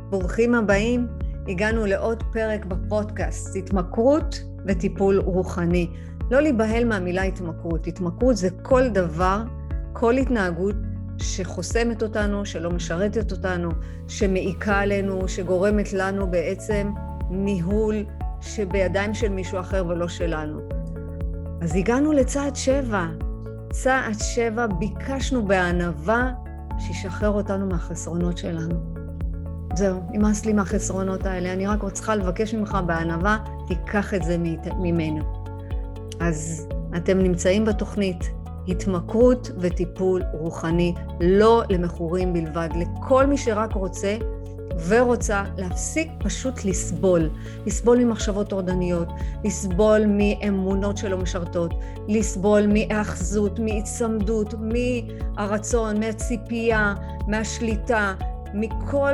ברוכים הבאים, הגענו לעוד פרק בפודקאסט, התמכרות וטיפול רוחני. לא להיבהל מהמילה התמכרות. התמכרות זה כל דבר, כל התנהגות שחוסמת אותנו, שלא משרתת אותנו, שמעיקה עלינו, שגורמת לנו בעצם ניהול שבידיים של מישהו אחר ולא שלנו. אז הגענו לצעד 7. צעד 7 ביקשנו בענווה שישחרר אותנו מהחסרונות שלנו. זהו, נמאס לי מהחסרונות האלה, אני רק צריכה לבקש ממך בענווה, תיקח את זה ממנו. אז אתם נמצאים בתוכנית התמכרות וטיפול רוחני, לא למכורים בלבד, לכל מי שרק רוצה ורוצה להפסיק פשוט לסבול ממחשבות טורדניות, לסבול מאמונות שלא משרתות, לסבול מאחזות, מהצמדות, מהרצון, מהציפייה, מהשליטה, מכל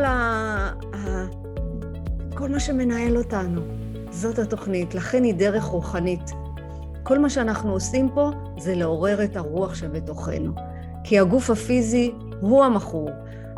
כל מה שמנהל אותנו. זאת התוכנית, לכן היא דרך רוחנית. כל מה שאנחנו עושים פה זה לעורר את הרוח שבתוכנו. כי הגוף הפיזי הוא המכור.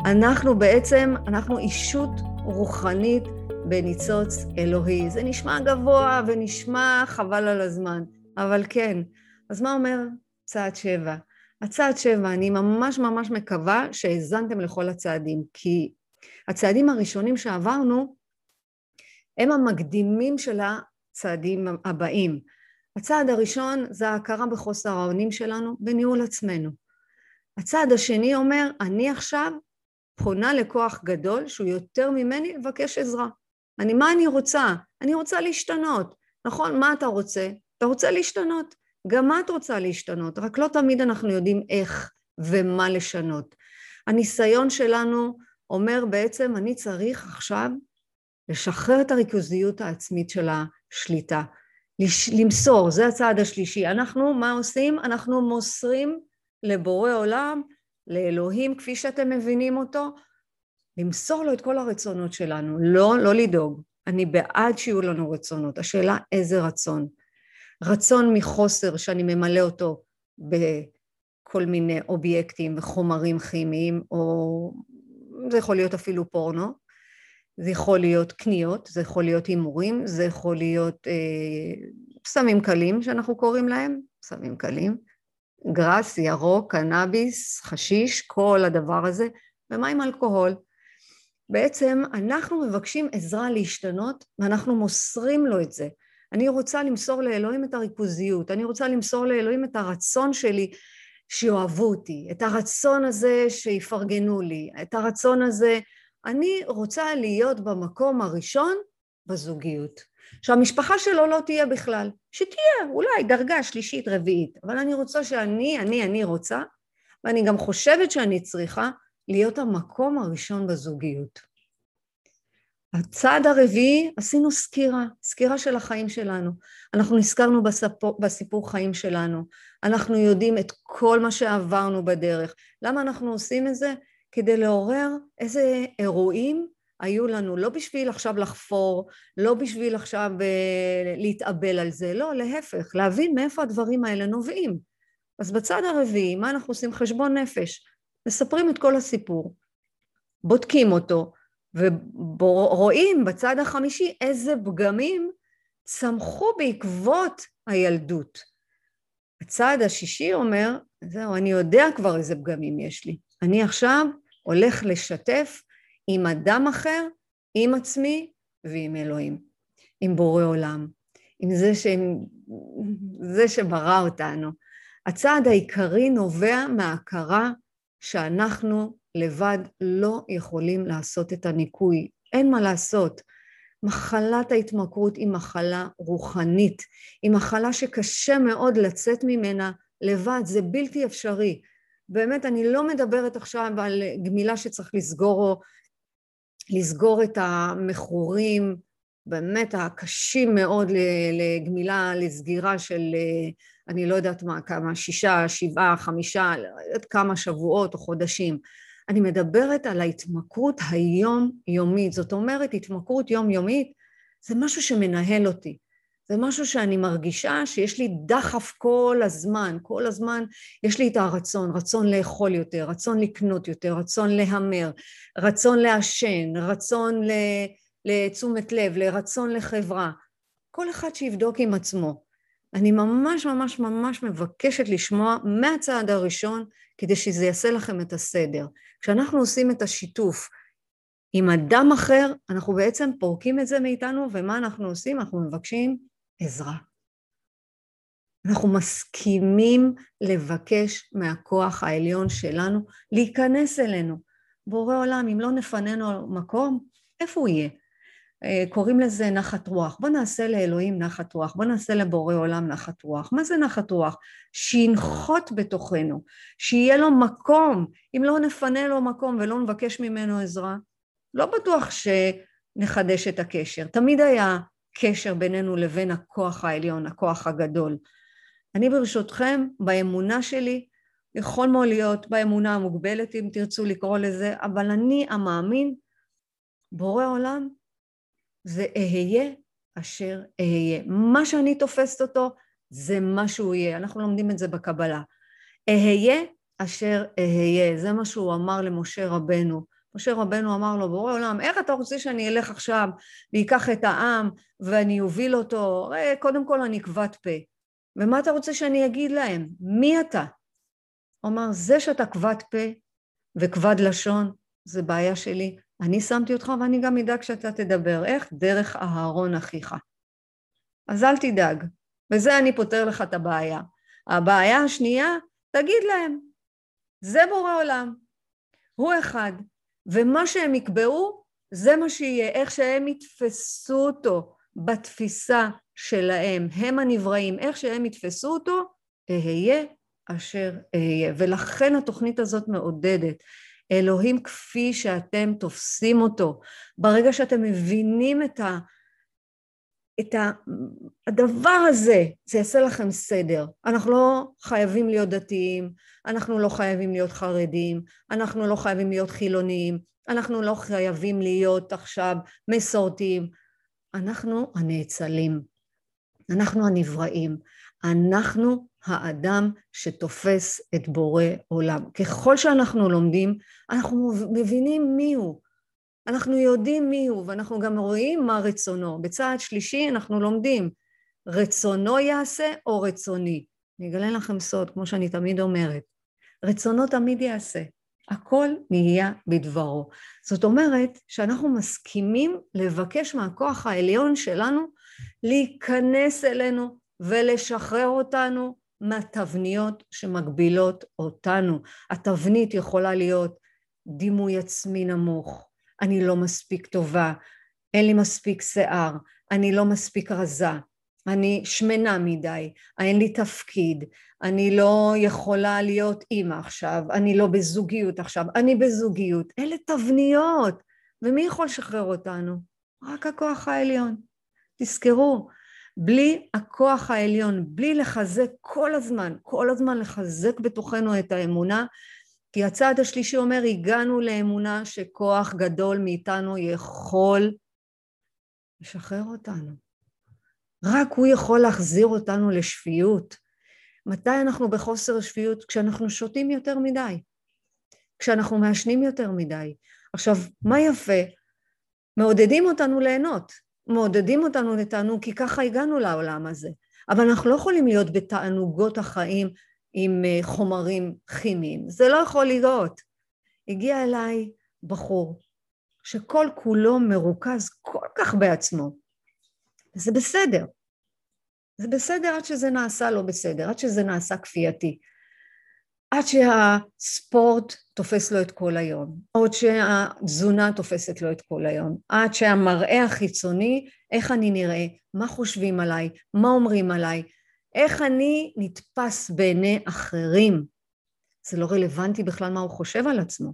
אנחנו אישות רוחנית בניצוץ אלוהי. זה נשמע גבוה ונשמע חבל על הזמן. אבל כן, אז מה אומר צעד 7? הצעד 7, אני ממש מקווה שהזנתם לכל הצעדים, כי הצעדים הראשונים שעברנו הם המקדימים של הצעדים הבאים. הצעד הראשון זה ההכרה בחוסר האונים שלנו בניהול עצמנו. הצעד השני אומר, אני עכשיו פונה לכוח גדול שהוא יותר ממני לבקש עזרה. מה אני רוצה? אני רוצה להשתנות. נכון? מה אתה רוצה? אתה רוצה להשתנות. גם את רוצה להשתנות, רק לא תמיד אנחנו יודעים איך ומה לשנות. הניסיון שלנו אומר בעצם, אני צריך עכשיו לשחרר את הריכוזיות העצמית של השליטה. למסור, זה הצעד השלישי. אנחנו מה עושים? אנחנו מוסרים לבורא עולם, לאלוהים, כפי שאתם מבינים אותו, למסור לו את כל הרצונות שלנו, לא לדאוג. אני בעד שיהיו לנו רצונות, השאלה איזה רצון. רצון מחוסר שאני ממלא אותו בכל מיני אובייקטים וחומרים כימיים, או זה יכול להיות אפילו פורנו, זה יכול להיות קניות, זה יכול להיות הימורים, זה יכול להיות סמים קלים שאנחנו קוראים להם, סמים קלים, גראס, ירוק, קנאביס, חשיש, כל הדבר הזה, ומה עם אלכוהול? בעצם אנחנו מבקשים עזרה להשתנות ואנחנו מוסרים לו את זה. אני רוצה למסור לאלוהים את הריכוזיות, אני רוצה למסור לאלוהים את הרצון שלי שיאהבו אותי, את הרצון הזה שיפרגנו לי, את הרצון הזה, אני רוצה להיות במקום הראשון בזוגיות. שהמשפחה שלו לא תהיה בכלל, שתהיה אולי דרגה שלישית, רביעית, אבל אני רוצה אני רוצה, ואני גם חושבת שאני צריכה להיות המקום הראשון בזוגיות. הצעד הרביעי, עשינו סקירה של החיים שלנו. אנחנו נזכרנו בסיפור חיים שלנו. אנחנו יודעים את כל מה שעברנו בדרך. למה אנחנו עושים את זה? כדי לעורר איזה אירועים היו לנו, לא בשביל עכשיו לחפור, לא בשביל עכשיו להתאבל על זה, לא, להפך, להבין מאיפה הדברים האלה נובעים. אז בצד הרביעי, מה אנחנו עושים? חשבון נפש. מספרים את כל הסיפור, בודקים אותו, ורואים בצד החמישי איזה פגמים צמחו בעקבות הילדות. הצד השישי אומר, זהו, אני יודע כבר איזה פגמים יש לי. אני עכשיו הולך לשתף עם אדם אחר, עם עצמי ועם אלוהים, עם בורא עולם, עם זה שברא אותנו. הצעד העיקרי נובע מההכרה שאנחנו לבד לא יכולים לעשות את הניקוי, אין מה לעשות. מחלת ההתמכרות היא מחלה רוחנית, היא מחלה שקשה מאוד לצאת ממנה לבד, זה בלתי אפשרי. באמת אני לא מדברת עכשיו על גמילה שצריך לסגור את המכורים, באמת הקשים מאוד לגמילה, לסגירה של אני לא יודעת מה, כמה, 6, 7, 5, כמה שבועות או חודשים. אני מדברת על ההתמכרות היומיומית, זאת אומרת, התמכרות יומיומית זה משהו שמנהל אותי, זה משהו שאני מרגישה שיש לי דחף כל הזמן יש לי את רצון לאכול יותר, רצון לקנות יותר, רצון להמר, רצון לעשן, רצון לתשומת לב, לרצון לחברה. כל אחד שיבדוק עם עצמו. אני ממש ממש ממש מבקשת לשמוע מהצעד הראשון, כדי שזה יעשה לכם את הסדר. כשאנחנו עושים את השיתוף עם אדם אחר, אנחנו בעצם פורקים את זה מאיתנו, ומה אנחנו עושים? אנחנו מבקשים עזרה. אנחנו מסכימים לבקש מהכוח העליון שלנו להיכנס אלינו. בורא עולם, אם לא נפננו מקום, איפה הוא יהיה? קוראים לזה נחת רוח. בוא נעשה לאלוהים נחת רוח, בוא נעשה לבורא עולם נחת רוח. מה זה נחת רוח? שינחות בתוכנו, שיהיה לו מקום. אם לא נפנה לו מקום ולא נבקש ממנו עזרה, לא בטוח שנחדש את הקשר. תמיד היה קשר בינינו לבין הכוח העליון, הכוח הגדול. אני ברשותכם, באמונה שלי, יכול מאוד להיות באמונה המוגבלת, אם תרצו לקרוא לזה, אבל אני המאמין, בורא עולם, זה אהיה אשר אהיה. מה שאני תופסת אותו, זה מה שהוא יהיה. אנחנו לומדים את זה בקבלה. אהיה אשר אהיה. זה מה שהוא אמר למשה רבנו. משה רבנו אמר לו, בורא עולם, איך אתה רוצה שאני אלך עכשיו ויקח את העם ואני אוביל אותו? קודם כל אני כבד פה. ומה אתה רוצה שאני אגיד להם? מי אתה? הוא אמר, זה שאתה כבד פה וכבד לשון, זה בעיה שלי. אני שמתי אותך ואני גם אדאג שאתה תדבר. איך? דרך אהרון אחיך. אז אל תדאג. בזה אני פותר לך את הבעיה. הבעיה השנייה, תגיד להם, זה בורא עולם. הוא אחד. ומה שהם יקבעו, זה מה שיהיה. איך שהם יתפסו אותו בתפיסה שלהם. הם הנבראים. איך שהם יתפסו אותו, אהיה אשר אהיה. ולכן התוכנית הזאת מעודדת. אלוהים כפי שאתם תופסים אותו, ברגע שאתם מבינים את הדבר הזה, זה יעשה לכם סדר. אנחנו לא חייבים להיות דתיים, אנחנו לא חייבים להיות חרדים, אנחנו לא חייבים להיות חילוניים, אנחנו לא חייבים להיות עכשיו מסורתיים, אנחנו הנאצלים, אנחנו הנבראים, אנחנו האדם שתופס את בורא עולם. ככל שאנחנו לומדים, אנחנו מבינים מי הוא, אנחנו יודעים מי הוא, ואנחנו גם רואים מה רצונו. בצעד שלישי אנחנו לומדים, רצונו יעשה או רצוני. אני אגלה לכם סוד, כמו שאני תמיד אומרת, רצונו תמיד יעשה, הכל נהיה בדברו. זאת אומרת שאנחנו מסכימים לבקש מהכוח העליון שלנו, להיכנס אלינו ולשחרר אותנו מהתבניות שמגבילות אותנו. התבנית יכולה להיות דימוי עצמי נמוך, אני לא מספיק טובה, אין לי מספיק שיער, אני לא מספיק רזה, אני שמנה מדי, אין לי תפקיד, אני לא יכולה להיות אימא עכשיו, אני לא בזוגיות עכשיו, אני בזוגיות. אלה תבניות, ומי יכול לשחרר אותנו? רק הכוח העליון. תזכרו, בלי הכוח העליון, בלי לחזק כל הזמן לחזק בתוכנו את האמונה, כי הצעד השלישי אומר, הגענו לאמונה שכוח גדול מאיתנו יכול לשחרר אותנו. רק הוא יכול להחזיר אותנו לשפיות. מתי אנחנו בחוסר שפיות? כשאנחנו שותים יותר מדי, כשאנחנו מעשנים יותר מדי. עכשיו, מה יפה? מעודדים אותנו ליהנות, מעודדים אותנו לתענוג, כי ככה הגענו לעולם הזה. אבל אנחנו לא יכולים להיות בתענוגות החיים עם חומרים כימיים. זה לא יכול להיות. הגיע אליי בחור שכל כולו מרוכז כל כך בעצמו. זה בסדר. זה בסדר עד שזה נעשה לא בסדר, עד שזה נעשה כפייתי. עד שהספורט תופס לו את כל היום, עד שהתזונה תופסת לו את כל היום, עד שהמראה החיצוני, איך אני נראה, מה חושבים עליי, מה אומרים עליי, איך אני נתפס בעיני אחרים. זה לא רלוונטי בכלל מה הוא חושב על עצמו.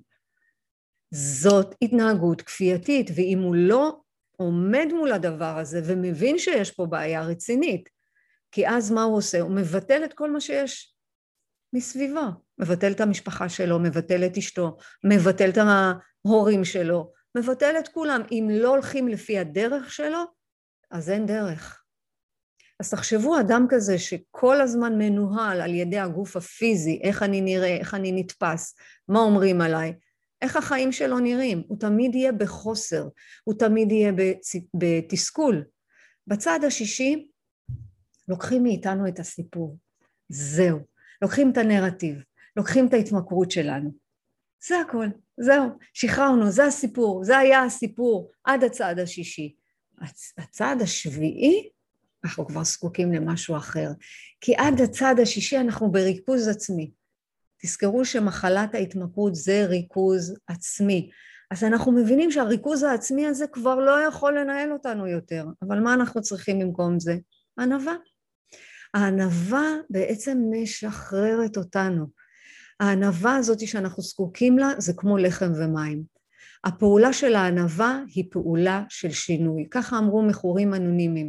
זאת התנהגות כפייתית, ואם הוא לא עומד מול הדבר הזה ומבין שיש פה בעיה רצינית, כי אז מה הוא עושה? הוא מבטל את כל מה שיש מסביבו, מבטל את המשפחה שלו, מבטל את אשתו, מבטל את ההורים שלו, מבטל את כולם. אם לא הולכים לפי הדרך שלו, אז אין דרך. אז תחשבו אדם כזה שכל הזמן מנוהל על ידי הגוף הפיזי, איך אני נראה, איך אני נתפס, מה אומרים עליי, איך החיים שלו נראים, הוא תמיד יהיה בחוסר, הוא תמיד יהיה בתסכול. בצד השישי, לוקחים מאיתנו את הסיפור, זהו, לוקחים את הנרטיב, לוקחים את ההתמכרות שלנו, זה הכל, זהו, שחררנו, זה הסיפור, זה היה הסיפור, עד הצד השישי. הצד השביעי, אנחנו כבר זקוקים למשהו אחר, כי עד הצד השישי אנחנו בריכוז עצמי. תזכרו שמחלת ההתמכרות זה ריכוז עצמי, אז אנחנו מבינים שהריכוז העצמי הזה כבר לא יכול לנהל אותנו יותר, אבל מה אנחנו צריכים במקום זה? ענווה. הענווה בעצם משחררת אותנו. הענווה הזאת שאנחנו זקוקים לה זה כמו לחם ומים. הפעולה של הענווה היא פעולה של שינוי, ככה אמרו מכורים אנונימיים.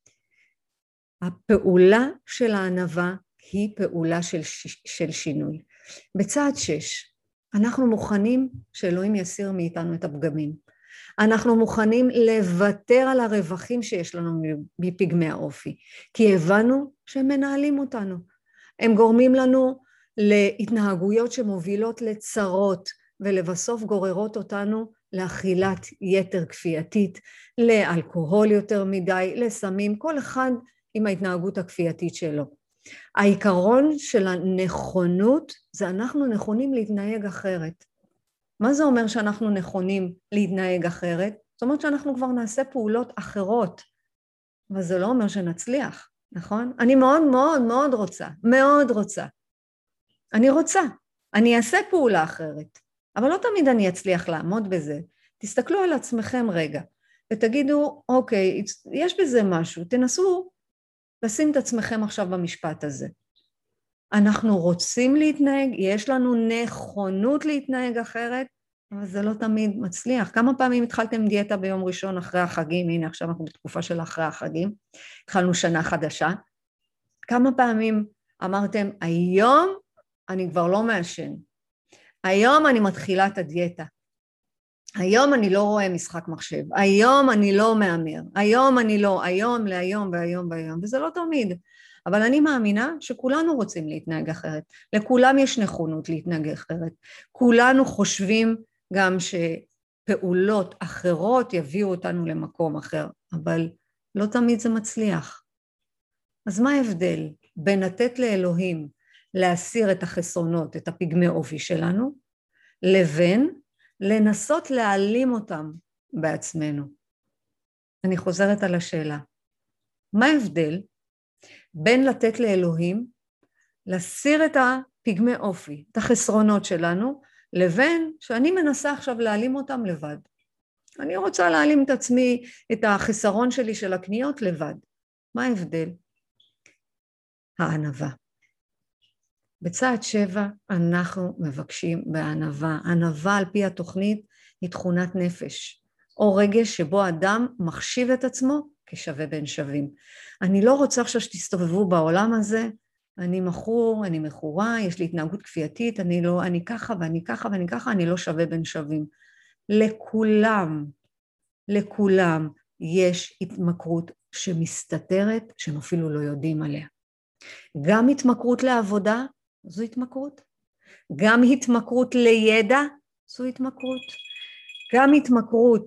הפעולה של הענווה היא פעולה של שינוי. בצד 6, אנחנו מוכנים שאלוהים יסיר מאיתנו את הפגמים. אנחנו מוכנים לוותר על הרווחים שיש לנו מפגמי האופי, כי הבנו שהם מנהלים אותנו. הם גורמים לנו להתנהגויות שמובילות לצרות, ולבסוף גוררות אותנו לאכילת יתר כפייתית, לאלכוהול יותר מדי, לסמים, כל אחד עם ההתנהגות הכפייתית שלו. העיקרון של הנכונות זה אנחנו נכונים להתנהג אחרת. מה זה אומר שאנחנו נכונים להתנהג אחרת? זאת אומרת שאנחנו כבר נעשה פעולות אחרות, אבל זה לא אומר שנצליח, נכון? אני מאוד מאוד מאוד רוצה. אני אעשה פעולה אחרת, אבל לא תמיד אני אצליח לעמוד בזה. תסתכלו על עצמכם רגע, ותגידו, אוקיי, יש בזה משהו, תנסו לשים את עצמכם עכשיו במשפט הזה. אנחנו רוצים להתנהג, יש לנו נכונות להתנהג אחרת, אבל זה לא תמיד מצליח. כמה פעמים התחלתם דיאטה ביום ראשון אחרי החגים? הנה עכשיו אנחנו בתקופה של אחרי החגים, התחלנו שנה חדשה. כמה פעמים אמרתם, היום אני כבר לא מעשן, היום אני מתחילה את הדיאטה, היום אני לא רואה משחק מחשב, היום אני לא מאמר, היום אני לא, היום להיום והיום והיום, וזה לא תמיד. אבל אני מאמינה שכולנו רוצים להתנהג אחרת, לכולם יש נכונות להתנהג אחרת, כולנו חושבים גם שפעולות אחרות יביאו אותנו למקום אחר, אבל לא תמיד זה מצליח. אז מה ההבדל בין לתת לאלוהים להסיר את החסרונות, את הפגמי אופי שלנו, לבין לנסות להעלים אותם בעצמנו? אני חוזרת על השאלה. מה ההבדל בין לתת לאלוהים להסיר את הפגמי אופי, את החסרונות שלנו, לבין שאני מנסה עכשיו להעלים אותם לבד? אני רוצה להעלים את עצמי, את החסרון שלי של הקניות לבד. מה ההבדל? הענווה. בצד 7 אנחנו מבקשים בענווה. ענווה על פי התוכנית היא תכונת נפש, או רגש שבו אדם מחשיב את עצמו כשווה בין שווים. אני לא רוצה עכשיו שתסתובבו בעולם הזה, אני מכור, אני מכורה, יש לי התנהגות כפייתית, אני ככה ואני ככה ואני ככה, אני לא שווה בין שווים. לכולם יש התמכרות שמסתתרת, שהם אפילו לא יודעים עליה. גם התמכרות לעבודה, זו התמכרות. גם התמכרות לידע, זו התמכרות. גם התמכרות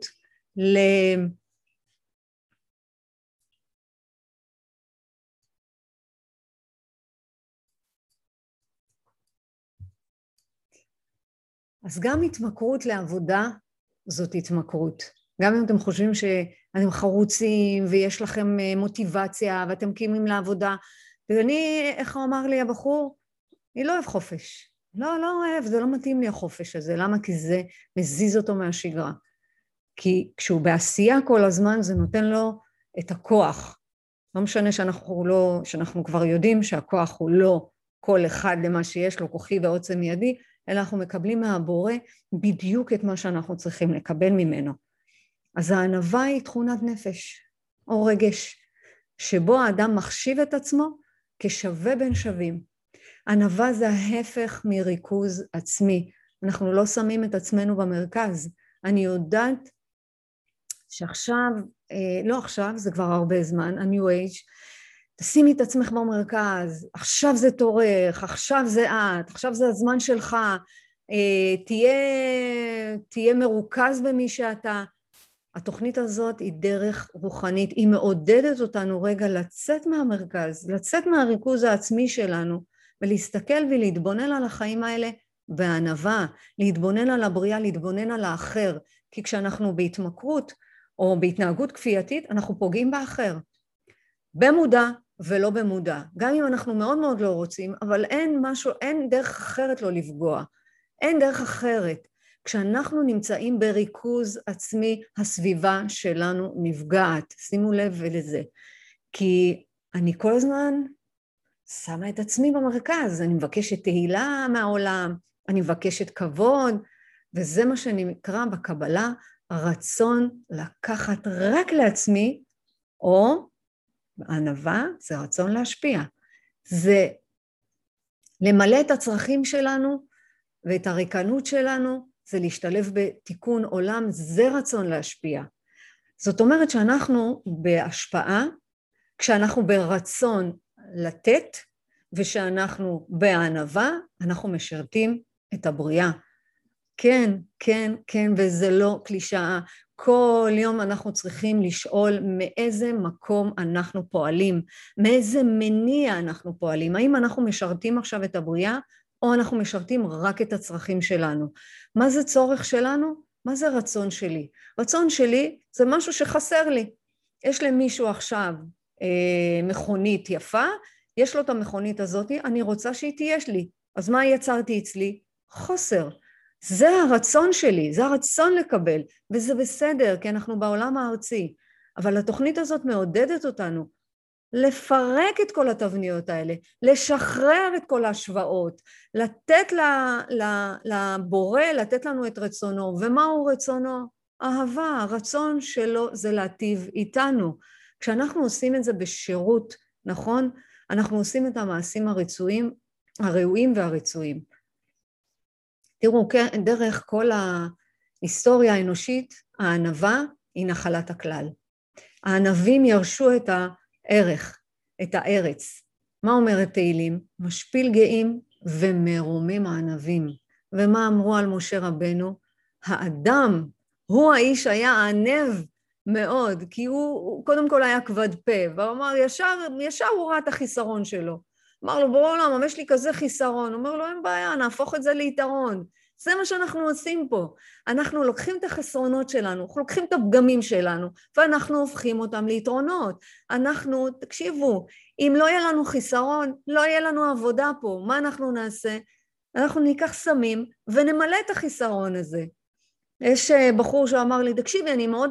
אז גם התמכרות לעבודה, זאת התמכרות. גם אם אתם חושבים שאתם חרוצים ויש לכם מוטיבציה ואתם קיימים לעבודה, ואני, איך הוא אמר לי הבחור? אני לא אוהב חופש. לא אוהב, זה לא מתאים לי החופש הזה. למה? כי זה מזיז אותו מהשגרה. כי כשהוא בעשייה כל הזמן, זה נותן לו את הכוח. לא משנה שאנחנו כבר יודעים שהכוח הוא לא כל אחד למה שיש לו, כוחי ועוצם ידי, אלא אנחנו מקבלים מהבורא בדיוק את מה שאנחנו צריכים לקבל ממנו. אז הענווה היא תכונת נפש, או רגש, שבו האדם מחשיב את עצמו כשווה בין שווים. ענווה זה ההפך מריכוז עצמי. אנחנו לא שמים את עצמנו במרכז. אני יודעת שעכשיו, לא עכשיו, זה כבר הרבה זמן, ה-New Age, תשימי את עצמך במרכז, עכשיו זה תורך, עכשיו זה את, עכשיו זה הזמן שלך, תהיה מרוכז במי שאתה. התוכנית הזאת היא דרך רוחנית, היא מעודדת אותנו רגע לצאת מהמרכז, לצאת מהריכוז העצמי שלנו, ולהסתכל ולהתבונן על החיים האלה בענווה, להתבונן על הבריאה, להתבונן על האחר, כי כשאנחנו בהתמכרות או בהתנהגות כפייתית, אנחנו פוגעים באחר, במודע ולא במודע, גם אם אנחנו מאוד מאוד לא רוצים, אבל אין דרך אחרת לא לפגוע, אין דרך אחרת. כשאנחנו נמצאים בריכוז עצמי, הסביבה שלנו נפגעת, שימו לב לזה, כי אני כל הזמן שמה את עצמי במרכז, אני מבקשת תהילה מהעולם, אני מבקשת כבוד, וזה מה שנקרא בקבלה, רצון לקחת רק לעצמי, או ענווה זה רצון להשפיע, זה למלא את הצרכים שלנו ואת הריקנות שלנו, זה להשתלב בתיקון עולם, זה רצון להשפיע. זאת אומרת שאנחנו בהשפעה, כשאנחנו ברצון לתת, ושאנחנו בענווה, אנחנו משרתים את הבריאה. כן, כן, כן, וזה לא קלישאה. כל יום אנחנו צריכים לשאול מאיזה מקום אנחנו פועלים, מאיזה מניע אנחנו פועלים, האם אנחנו משרתים עכשיו את הבריאה, או אנחנו משרתים רק את הצרכים שלנו. מה זה צורך שלנו? מה זה רצון שלי? רצון שלי זה משהו שחסר לי. יש למישהו עכשיו מכונית יפה, יש לו את המכונית הזאת, אני רוצה שהיא תהיה לי. אז מה יצרתי אצלי? חוסר. זה הרצון שלי, זה הרצון לקבל, וזה בסדר, כי אנחנו בעולם הארצי. אבל התוכנית הזאת מעודדת אותנו לפרק את כל התבניות האלה, לשחרר את כל ההשוואות, לתת לבורא, לתת לנו את רצונו. ומהו רצונו? אהבה, הרצון שלו זה להטיב איתנו. כשאנחנו עושים את זה בשירות, נכון? אנחנו עושים את המעשים הראויים והרצויים. תראו, דרך כל ההיסטוריה האנושית, הענווה היא נחלת הכלל. הענבים ירשו את הערך, את הארץ. מה אומרת תהילים? משפיל גאים ומרומים הענבים. ומה אמרו על משה רבנו? האדם, הוא האיש היה ענב מאוד, כי הוא קודם כל היה כבד פה, והוא אמר, ישר הוא ראה את החיסרון שלו. אמר לו, בוא עולם, יש לי כזה חיסרון. הוא אומר לו, אין בעיה, נהפוך את זה ליתרון. זה מה שאנחנו עושים פה. אנחנו לוקחים את החסרונות שלנו, אנחנו לוקחים את הפגמים שלנו, ואנחנו הופכים אותם ליתרונות. תקשיבו, אם לא יהיה לנו חיסרון, לא יהיה לנו עבודה פה. מה אנחנו נעשה? אנחנו ניקח סמים ונמלא את החיסרון הזה. יש בחור שאמר לי, תקשיבי, אני מאוד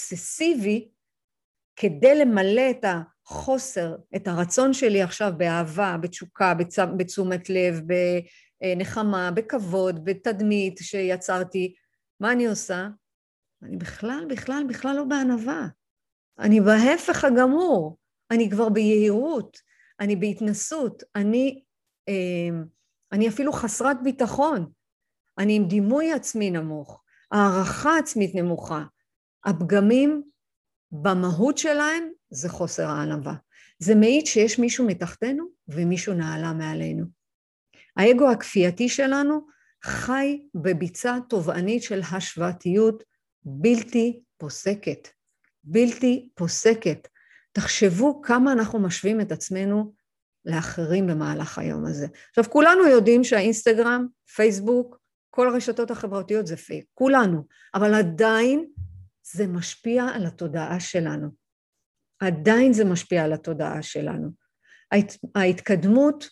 אובססיבי, כדי למלא את החוסר, את הרצון שלי עכשיו באהבה, בתשוקה, בתשומת לב, בנחמה, בכבוד, בתדמית שיצרתי, מה אני עושה? אני בכלל לא בענווה. אני בהפך הגמור. אני כבר ביהירות, אני בהתנסות, אני אפילו חסרת ביטחון, אני עם דימוי עצמי נמוך, הערכה עצמית נמוכה. הפגמים במהות שלהם זה חוסר הענווה. זה מעיד שיש מישהו מתחתנו ומישהו נעלה מעלינו. האגו הכפייתי שלנו חי בביצה תובענית של השוואתיות בלתי פוסקת. בלתי פוסקת. תחשבו כמה אנחנו משווים את עצמנו לאחרים במהלך היום הזה. עכשיו, כולנו יודעים שהאינסטגרם, פייסבוק, כל הרשתות החברתיות זה פייק, כולנו, אבל עדיין זה משפיע על התודעה שלנו. עדיין זה משפיע על התודעה שלנו. ההתקדמות,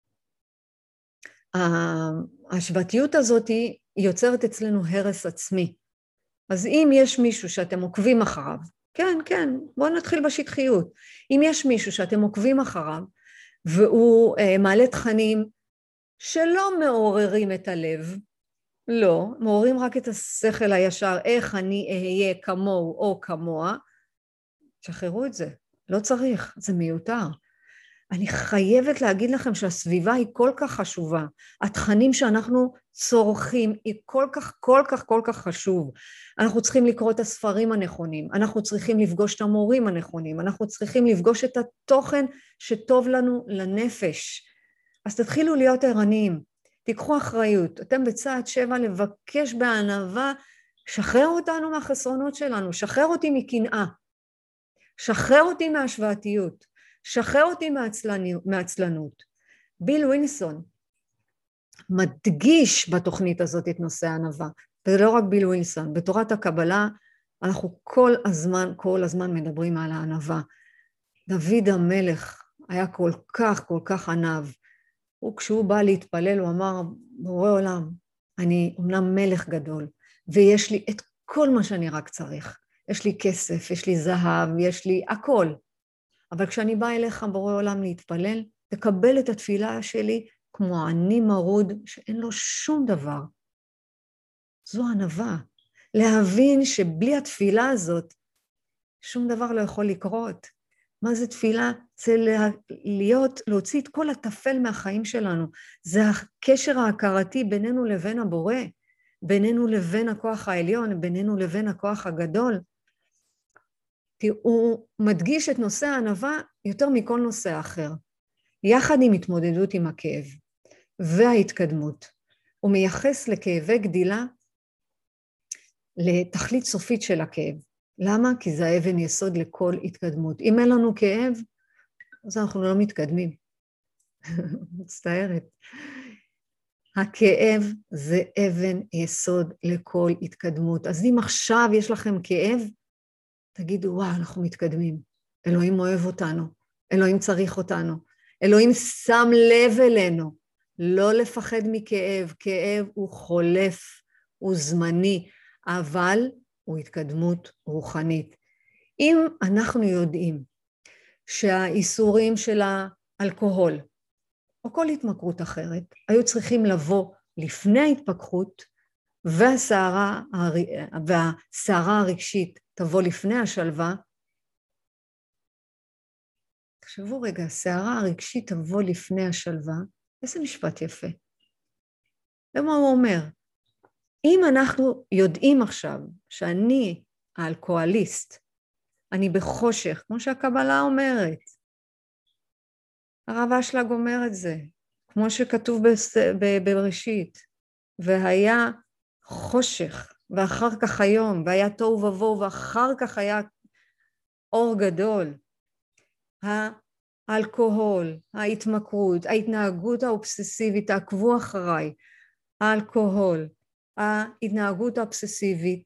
ההשוואתיות הזאת היא יוצרת אצלנו הרס עצמי. אז אם יש מישהו שאתם עוקבים אחריו, כן, בואו נתחיל בשטחיות. אם יש מישהו שאתם עוקבים אחריו, והוא מעלה תכנים שלא מעוררים את הלב, לא, מעוררים רק את השכל הישר, איך אני אהיה כמוהו או כמוה, שחררו את זה, לא צריך, זה מיותר. אני חייבת להגיד לכם שהסביבה היא כל כך חשובה, התכנים שאנחנו צורכים היא כל כך חשוב. אנחנו צריכים לקרוא את הספרים הנכונים, אנחנו צריכים לפגוש את המורים הנכונים, אנחנו צריכים לפגוש את התוכן שטוב לנו לנפש. אז תתחילו להיות ערניים, תיקחו אחריות, אתם בצעד 7 לבקש בענווה, שחרר אותנו מהחסרונות שלנו, שחרר אותי מקנאה, שחרר אותי מהשוואתיות, שחרר אותי מעצלנות. ביל ווילסון מדגיש בתוכנית הזאת את נושא הענווה, וזה לא רק ביל ווילסון, בתורת הקבלה אנחנו כל הזמן מדברים על הענווה. דוד המלך היה כל כך ענב, וכשהוא בא להתפלל הוא אמר, בורא עולם, אני אומנם מלך גדול, ויש לי את כל מה שאני רק צריך, יש לי כסף, יש לי זהב, יש לי הכל, אבל כשאני באה אליך בורא עולם להתפלל, תקבל את התפילה שלי כמו עני מרוד שאין לו שום דבר. זו ענווה. להבין שבלי התפילה הזאת, שום דבר לא יכול לקרות. מה זה תפילה? זה להוציא את כל הטפל מהחיים שלנו. זה הקשר ההכרתי בינינו לבין הבורא, בינינו לבין הכוח העליון, בינינו לבין הכוח הגדול. הוא מדגיש את נושא הענווה יותר מכל נושא אחר, יחד עם התמודדות עם הכאב וההתקדמות. הוא מייחס לכאבי גדילה לתכלית סופית של הכאב. למה? כי זה אבן יסוד לכל התקדמות. אם אין לנו כאב, אז אנחנו לא מתקדמים. מצטערת. הכאב זה אבן יסוד לכל התקדמות. אז אם עכשיו יש לכם כאב, תגידו, וואו, אנחנו מתקדמים. אלוהים אוהב אותנו, אלוהים צריך אותנו, אלוהים שם לב אלינו. לא לפחד מכאב, כאב הוא חולף, הוא זמני, אבל הוא התקדמות רוחנית. אם אנחנו יודעים שהאיסורים של האלכוהול, או כל התמכרות אחרת, היו צריכים לבוא לפני ההתפכחות, והסערה הרגשית תבוא לפני השלווה, תחשבו רגע, הסערה הרגשית תבוא לפני השלווה, איזה משפט יפה. למה הוא אומר? אם אנחנו יודעים עכשיו שאני האלכוהוליסט, אני בחושך, כמו שהקבלה אומרת, הרב אשלג אומר את זה, כמו שכתוב בראשית, והיה חושך, ואחר כך היום, והיה תוהו ובוהו, ואחר כך היה אור גדול. האלכוהול, ההתמכרות, ההתנהגות האובססיבית, תעקבו אחריי, האלכוהול, ההתנהגות האובססיבית,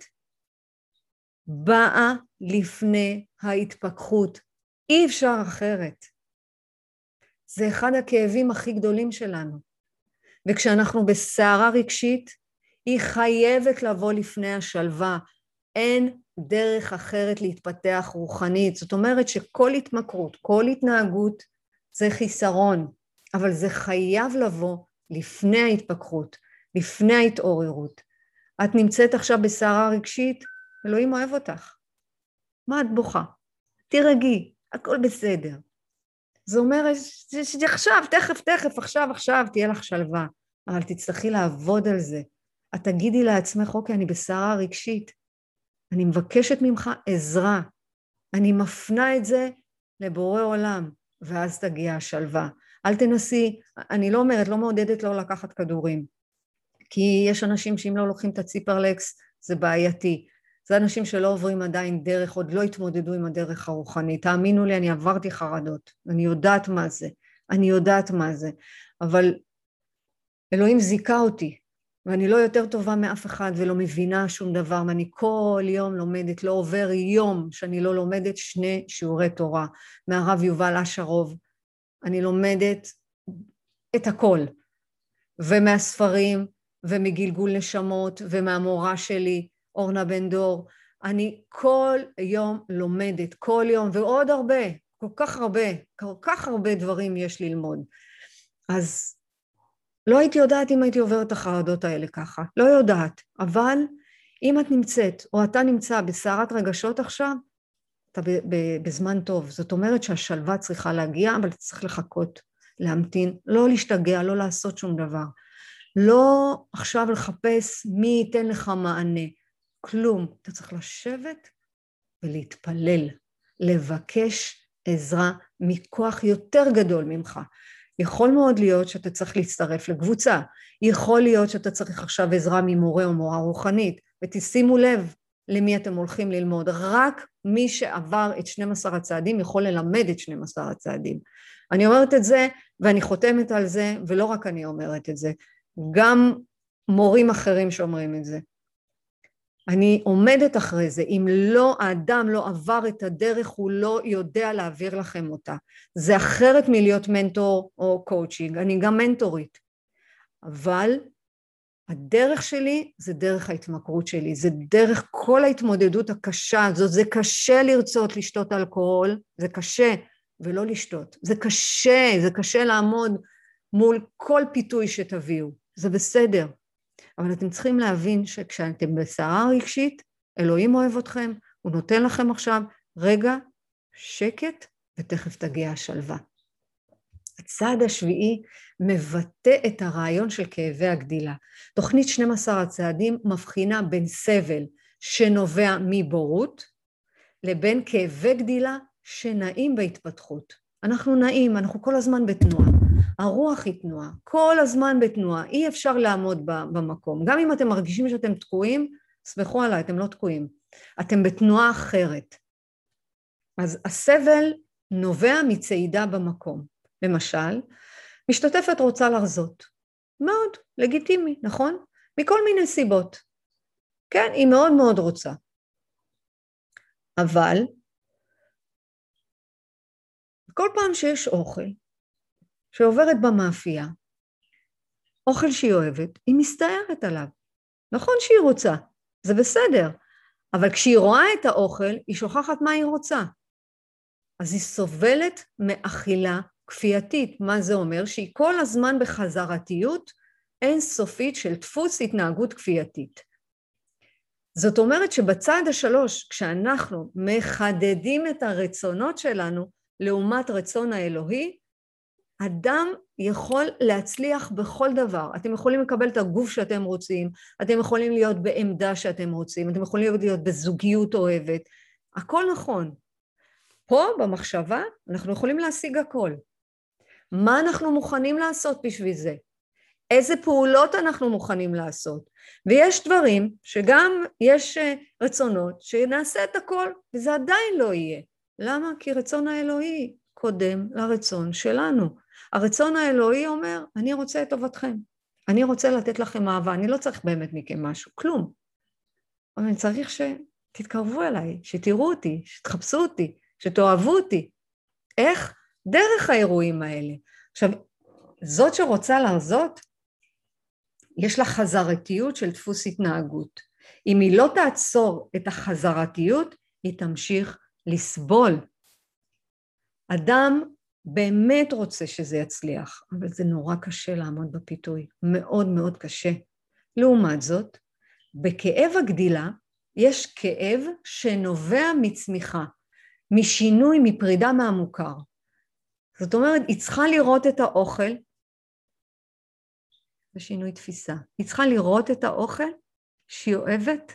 באה לפני ההתפכחות, אי אפשר אחרת. זה אחד הכאבים הכי גדולים שלנו, וכשאנחנו בסערה רגשית, היא חייבת לבוא לפני השלווה, אין דרך אחרת להתפתח רוחנית. זאת אומרת שכל התמכרות, כל התנהגות זה חיסרון, אבל זה חייב לבוא לפני ההתפכחות, לפני ההתעוררות. את נמצאת עכשיו בסערה רגשית, אלוהים אוהב אותך. מה את בוכה? תירגעי, הכל בסדר. זה אומר שעכשיו, תכף, עכשיו תהיה לך שלווה, אבל תצטרכי לעבוד על זה. את תגידי לעצמך, אוקיי, אני בסערה רגשית, אני מבקשת ממך עזרה, אני מפנה את זה לבורא עולם, ואז תגיע השלווה. אל תנסי, אני לא אומרת, לא מעודדת לא לקחת כדורים, כי יש אנשים שאם לא לוקחים את הציפרלקס, זה בעייתי. זה אנשים שלא עוברים עדיין דרך, עוד לא התמודדו עם הדרך הרוחנית. תאמינו לי, אני עברתי חרדות, אני יודעת מה זה, אבל אלוהים זיכה אותי, ואני לא יותר טובה מאף אחד ולא מבינה שום דבר, ואני כל יום לומדת, לא עובר יום שאני לא לומדת 2 שיעורי תורה, מהרב יובל אשרוב, אני לומדת את הכל, ומהספרים, ומגלגול נשמות, ומהמורה שלי, אורנה בן דור, אני כל יום לומדת, כל יום, ועוד הרבה, כל כך הרבה דברים יש ללמוד. אז לא הייתי יודעת אם הייתי עוברת את החרדות האלה ככה, לא יודעת, אבל אם את נמצאת, או אתה נמצא בסערת רגשות עכשיו, אתה בזמן טוב, זאת אומרת שהשלווה צריכה להגיע, אבל אתה צריך לחכות, להמתין, לא להשתגע, לא לעשות שום דבר, לא עכשיו לחפש מי ייתן לך מענה, כלום, אתה צריך לשבת ולהתפלל, לבקש עזרה מכוח יותר גדול ממך. יכול מאוד להיות שאתה צריך להצטרף לקבוצה, יכול להיות שאתה צריך עכשיו עזרה ממורה או מורה רוחנית, ותשימו לב למי אתם הולכים ללמוד, רק מי שעבר את 12 הצעדים יכול ללמד את 12 הצעדים. אני אומרת את זה ואני חותמת על זה, ולא רק אני אומרת את זה, גם מורים אחרים שאומרים את זה. אני עומדת אחרי זה, אם לא, האדם לא עבר את הדרך, הוא לא יודע להעביר לכם אותה. זה אחרת מלהיות מנטור או קואוצ'ינג, אני גם מנטורית. אבל הדרך שלי זה דרך ההתמכרות שלי, זה דרך כל ההתמודדות הקשה הזאת, זה קשה לרצות לשתות אלכוהול, זה קשה, ולא לשתות, זה קשה לעמוד מול כל פיתוי שתביאו, זה בסדר. אבל אתם צריכים להבין שכשאתם בסערה רגשית, אלוהים אוהב אתכם, הוא נותן לכם עכשיו רגע שקט, ותכף תגיע השלווה. הצעד השביעי מבטא את הרעיון של כאבי הגדילה. תוכנית 12 הצעדים מבחינה בין סבל שנובע מבורות, לבין כאבי גדילה שנעים בהתפתחות. אנחנו נעים, אנחנו כל הזמן בתנועה. הרוח היא תנועה, כל הזמן בתנועה, אי אפשר לעמוד במקום. גם אם אתם מרגישים שאתם תקועים, סמכו עליי, אתם לא תקועים. אתם בתנועה אחרת. אז הסבל נובע מצעידה במקום. למשל, משתתפת רוצה לחזות. מאוד לגיטימי, נכון? מכל מיני סיבות. כן, היא מאוד מאוד רוצה. אבל, כל פעם שיש אוכל, שעוברת במאפייה, אוכל שהיא אוהבת, היא מסתערת עליו. נכון שהיא רוצה, זה בסדר, אבל כשהיא רואה את האוכל, היא שוכחת מה היא רוצה. אז היא סובלת מאכילה כפייתית. מה זה אומר? שהיא כל הזמן בחזרתיות אינסופית של דפוס התנהגות כפייתית. זאת אומרת שבצד השלוש, כשאנחנו מחדדים את הרצונות שלנו, לעומת רצון האלוהי, אדם יכול להצליח בכל דבר. אתם יכולים לקבל את הגוף שאתם רוצים, אתם יכולים להיות בעמדה שאתם רוצים, אתם יכולים להיות בזוגיות אוהבת, הכל נכון. פה במחשבה אנחנו יכולים להשיג הכל. מה אנחנו מוכנים לעשות בשביל זה? איזה פעולות אנחנו מוכנים לעשות? ויש דברים שגם יש רצונות שנעשה את הכל, וזה עדיין לא יהיה. למה? כי רצון האלוהי קודם לרצון שלנו. הרצון האלוהי אומר, אני רוצה את טובתכם, אני רוצה לתת לכם אהבה, אני לא צריך באמת מכם משהו, כלום. אבל אני צריך שתתקרבו אליי, שתראו אותי, שתחפשו אותי, שתאהבו אותי. איך? דרך האירועים האלה. עכשיו, זאת שרוצה להרזות, יש לה חזרתיות של דפוס התנהגות. אם היא לא תעצור את החזרתיות, היא תמשיך לסבול. אדם באמת רוצה שזה יצליח, אבל זה נורא קשה לעמוד בפיתוי, מאוד מאוד קשה. לעומת זאת, בכאב הגדילה יש כאב שנובע מצמיחה, משינוי, מפרידה מהמוכר. זאת אומרת, היא צריכה לראות את האוכל, זה שינוי תפיסה, היא צריכה לראות את האוכל שהיא אוהבת,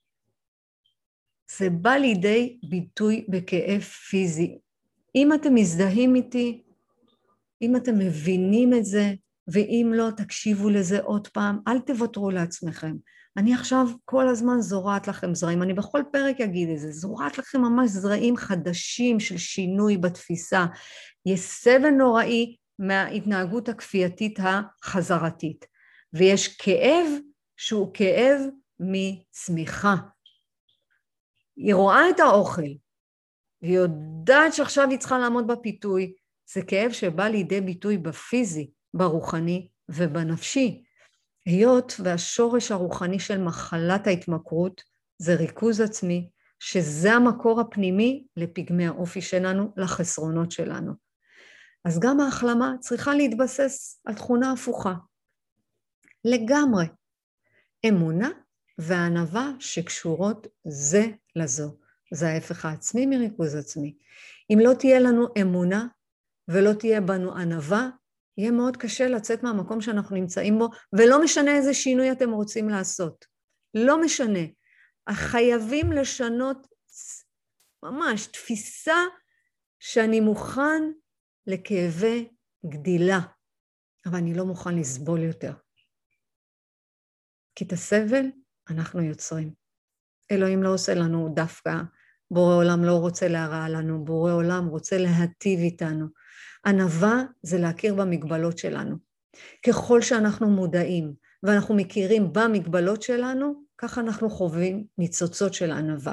זה בא לידי ביטוי בכאב פיזי. אם אתם מזדהים איתי, אם אתם מבינים את זה, ואם לא, תקשיבו לזה עוד פעם, אל תוותרו לעצמכם. אני עכשיו כל הזמן זורעת לכם זרעים, אני בכל פרק אגיד את זה, זורעת לכם ממש זרעים חדשים של שינוי בתפיסה. יש סבל נוראי מההתנהגות הכפייתית החזרתית, ויש כאב שהוא כאב מצמיחה. היא רואה את האוכל, והיא יודעת שעכשיו היא צריכה לעמוד בפיתוי, זה כאב שבא לידי ביטוי בפיזי, ברוחני ובנפשי. היות והשורש הרוחני של מחלת ההתמכרות זה ריכוז עצמי, שזה המקור הפנימי לפגמי האופי שלנו, לחסרונות שלנו. אז גם ההחלמה צריכה להתבסס על תכונה הפוכה. לגמרי. אמונה וענווה שקשורות זה לזו. זה ההפך העצמי מריכוז עצמי. אם לא תהיה לנו אמונה ולא תהיה בנו ענווה, יהיה מאוד קשה לצאת מהמקום שאנחנו נמצאים בו, ולא משנה איזה שינוי אתם רוצים לעשות. לא משנה. חייבים לשנות ממש תפיסה שאני מוכן לכאבי גדילה, אבל אני לא מוכן לסבול יותר. כי את הסבל אנחנו יוצרים. אלוהים לא עושה לנו דווקא, בורא עולם לא רוצה להרע לנו, בורא עולם רוצה להטיב איתנו. ענווה זה להכיר במגבלות שלנו. ככל שאנחנו מודעים ואנחנו מכירים במגבלות שלנו, ככה אנחנו חווים ניצוצות של ענווה.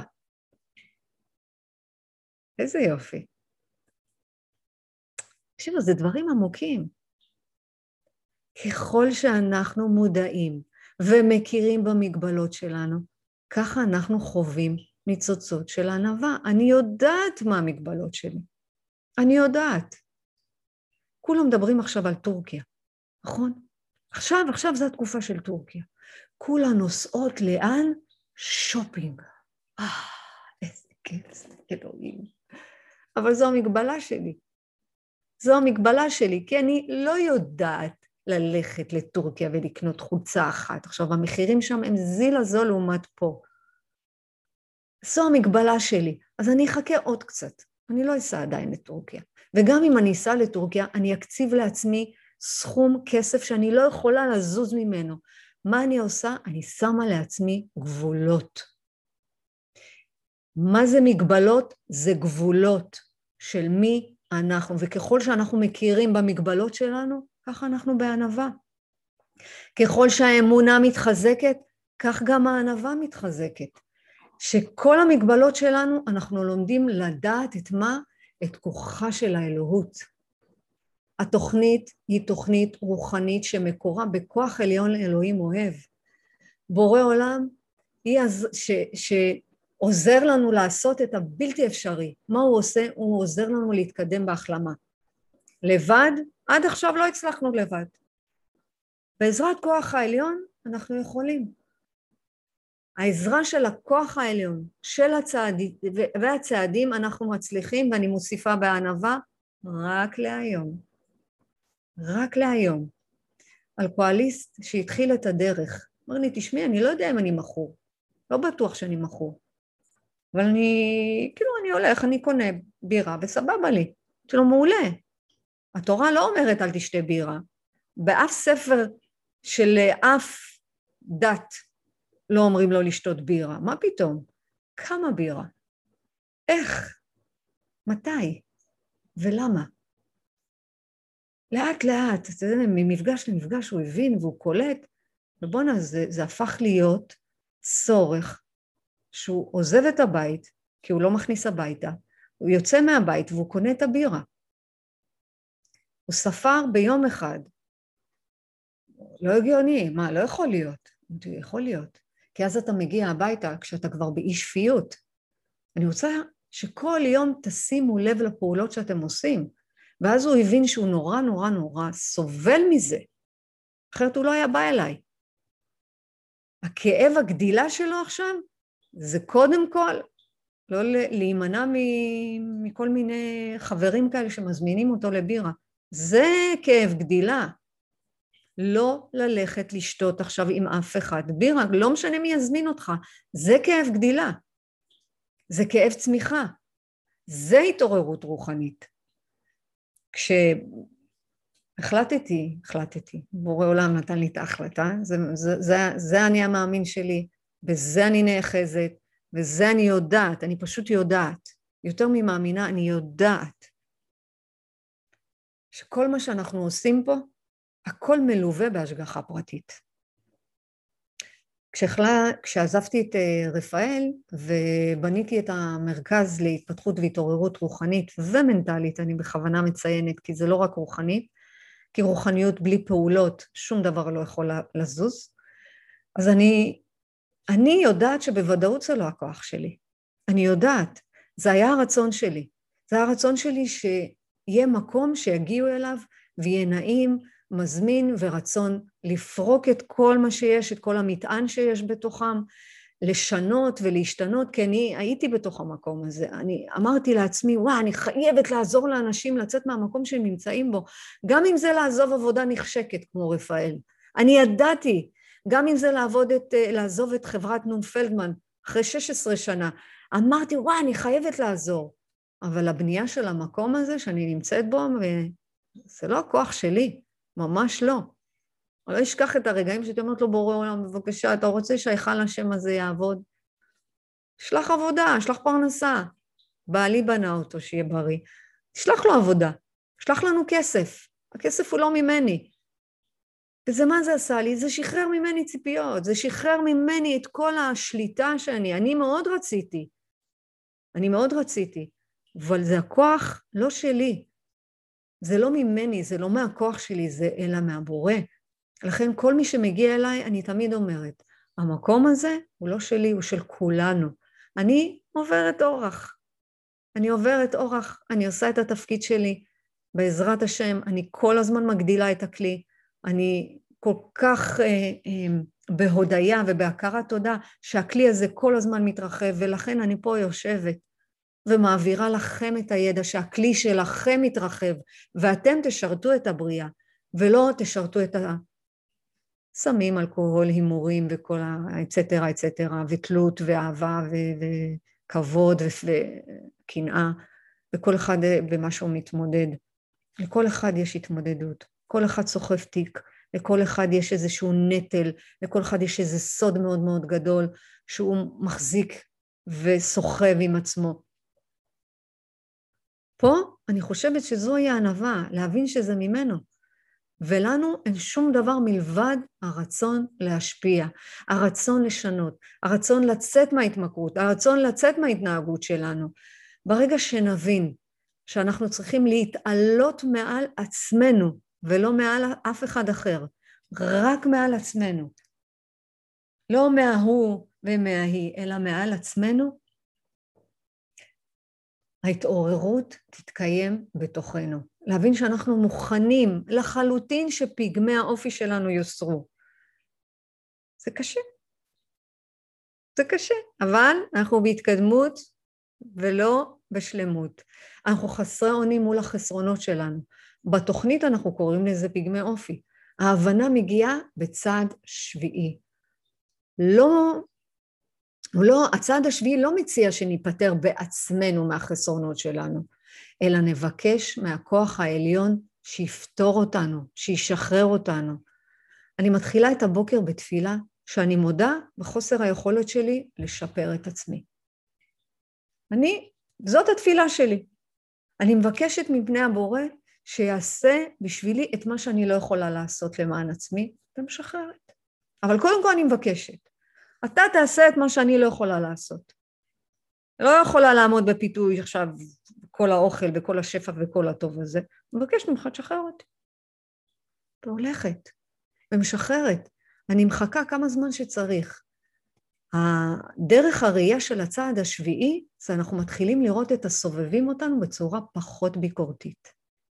איזה יופי. תקשיבו, זה דברים עמוקים. ככל שאנחנו מודעים ומכירים במגבלות שלנו, ככה אנחנו חווים ניצוצות של ענווה. אני יודעת מה המגבלות שלי. אני יודעת. כולם מדברים עכשיו על טורקיה, נכון? עכשיו זו התקופה של טורקיה. כולן נוסעות לאן? שופינג. איזה כיף, אלוהים. אבל זו המגבלה שלי. זו המגבלה שלי, כי אני לא יודעת ללכת לטורקיה ולקנות חולצה אחת. עכשיו, המחירים שם הם זיל הזול לעומת פה. זו המגבלה שלי. אז אני אחכה עוד קצת. אני לא אסע עדיין לטורקיה. וגם אם אני אסע לטורקיה, אני אקציב לעצמי סכום כסף שאני לא יכולה לזוז ממנו. מה אני עושה? אני שמה לעצמי גבולות. מה זה מגבלות? זה גבולות של מי אנחנו. וככל שאנחנו מכירים במגבלות שלנו, ככה אנחנו בענווה. ככל שהאמונה מתחזקת, כך גם הענווה מתחזקת. שכל המגבלות שלנו, אנחנו לומדים לדעת את מה? את כוחה של האלוהות. התוכנית היא תוכנית רוחנית שמקורה בכוח עליון לאלוהים אוהב. בורא עולם שעוזר לנו לעשות את הבלתי אפשרי. מה הוא עושה? הוא עוזר לנו להתקדם בהחלמה. לבד? עד עכשיו לא הצלחנו לבד. בעזרת כוח העליון אנחנו יכולים. העזרה של הכוח העליון, של הצעדים אנחנו מצליחים, ואני מוסיפה בענווה, רק להיום. רק להיום. אלכוהוליסט שהתחיל את הדרך, אומר לי, תשמעי, אני לא יודע אם אני מכור. לא בטוח שאני מכור. אבל אני הולך, אני קונה בירה, וסבבה לי. שלא מעולה. התורה לא אומרת על תשתה בירה. באף ספר של אף דת לא אומרים לו לשתות בירה. מה פתאום? כמה בירה? איך? מתי? ולמה? לאט לאט, אתה יודע, ממפגש למפגש הוא הבין והוא קולט, ובונה, זה הפך להיות צורך שהוא עוזב את הבית, כי הוא לא מכניס הביתה, הוא יוצא מהבית והוא קונה את הבירה. הוא ספר ביום אחד. לא הגיוני, מה, לא יכול להיות? יכול להיות. כי אז אתה מגיע הביתה כשאתה כבר באי שפיות. אני רוצה שכל יום תשימו לב לפעולות שאתם עושים, ואז הוא הבין שהוא נורא נורא נורא סובל מזה, אחרת הוא לא היה בא אליי. הכאב הגדילה שלו עכשיו, זה קודם כל, לא להימנע מכל מיני חברים כאלה שמזמינים אותו לבירה. זה כאב גדילה. לא ללכת לשתות עכשיו עם אף אחד. בירה, לא משנה מי יזמין אותך, זה כאב גדילה. זה כאב צמיחה. זה התעוררות רוחנית. כשהחלטתי, בורא עולם נתן לי את ההחלטה, זה אני המאמין שלי, בזה אני נאחזת, וזה אני יודעת, אני פשוט יודעת, יותר ממאמינה, אני יודעת, שכל מה שאנחנו עושים פה, הכל מלווה בהשגחה פרטית. כשעזבתי את רפאל ובניתי את המרכז להתפתחות והתעוררות רוחנית ומנטלית, אני בכוונה מציינת, כי זה לא רק רוחנית, כי רוחניות בלי פעולות, שום דבר לא יכול לזוז, אז אני יודעת שבוודאות זה לא הכוח שלי. אני יודעת, זה היה הרצון שלי. זה היה הרצון שלי שיהיה מקום שיגיעו אליו ויהיה נעים, מזמין ורצון לפרוק את כל מה שיש, את כל המטען שיש בתוכם, לשנות ולהשתנות, כי אני הייתי בתוך המקום הזה. אני אמרתי לעצמי, וואו, אני חייבת לעזור לאנשים לצאת מהמקום שהם נמצאים בו, גם אם זה לעזוב עבודה נחשקת כמו רפאל. אני ידעתי, גם אם זה לעזוב את חברת נון פלדמן אחרי 16 שנה, אמרתי, וואו, אני חייבת לעזור. אבל הבנייה של המקום הזה שאני נמצאת בו, זה לא הכוח שלי, ממש לא. אני לא אשכח את הרגעים שאתה אומרת לו, בורא עולם, בבקשה, אתה רוצה שהיכל השם הזה יעבוד? שלח עבודה, שלח פרנסה. בעלי בנה אותו שיהיה בריא. תשלח לו עבודה, שלח לנו כסף. הכסף הוא לא ממני. וזה מה זה עשה לי? זה שחרר ממני ציפיות, זה שחרר ממני את כל השליטה אני מאוד רציתי, אבל זה הכוח לא שלי, זה לא ממני, זה לא מהכוח שלי, זה אלא מהבורא. לכן כל מי שמגיע אליי, אני תמיד אומרת, המקום הזה הוא לא שלי, הוא של כולנו. אני עוברת אורח, אני עושה את התפקיד שלי, בעזרת השם, אני כל הזמן מגדילה את הכלי, אני כל כך בהודיה ובהכרת תודה, שהכלי הזה כל הזמן מתרחב, ולכן אני פה יושבת, ומעבירה לכם את הידע, שהכלי שלכם מתרחב, ואתם תשרתו את הבריאה, ולא תשרתו את סמים, אלכוהול, הימורים, וכל האצטרה, ותלות, ואהבה, וכבוד, וקנאה, וכל אחד במה שהוא מתמודד. לכל אחד יש התמודדות, כל אחד סוחב תיק, לכל אחד יש איזשהו נטל, לכל אחד יש איזה סוד מאוד מאוד גדול, שהוא מחזיק וסוחב עם עצמו. פה אני חושבת שזוהי הענווה, להבין שזה ממנו, ולנו אין שום דבר מלבד הרצון להשפיע, הרצון לשנות, הרצון לצאת מההתמכרות, הרצון לצאת מההתנהגות שלנו. ברגע שנבין שאנחנו צריכים להתעלות מעל עצמנו, ולא מעל אף אחד אחר, רק מעל עצמנו, לא מההוא ומההיא, אלא מעל עצמנו, ההתעוררות תתקיים בתוכנו. להבין שאנחנו מוכנים לחלוטין שפגמי האופי שלנו יוסרו. זה קשה, אבל אנחנו בהתקדמות ולא בשלמות. אנחנו חסרי אונים מול החסרונות שלנו. בתוכנית אנחנו קוראים לזה פגמי אופי. ההבנה מגיעה בצעד שביעי. הצעד השביעי לא מציע שניפטר בעצמנו מהחסרונות שלנו, אלא נבקש מהכוח העליון שיפתור אותנו, שישחרר אותנו. אני מתחילה את הבוקר בתפילה שאני מודה בחוסר היכולת שלי לשפר את עצמי. זאת התפילה שלי. אני מבקשת מפני הבורא שיעשה בשבילי את מה שאני לא יכולה לעשות למען עצמי, ומשחררת. אבל קודם כל אני מבקשת. אתה תעשה את מה שאני לא יכולה לעשות. לא יכולה לעמוד בפיתוי עכשיו כל האוכל וכל השפע וכל הטוב הזה. מבקשת ממך, תשחרר אותי. והולכת, ומשחררת. אני מחכה כמה זמן שצריך. הדרך הראייה של הצעד השביעי, זה אנחנו מתחילים לראות את הסובבים אותנו בצורה פחות ביקורתית.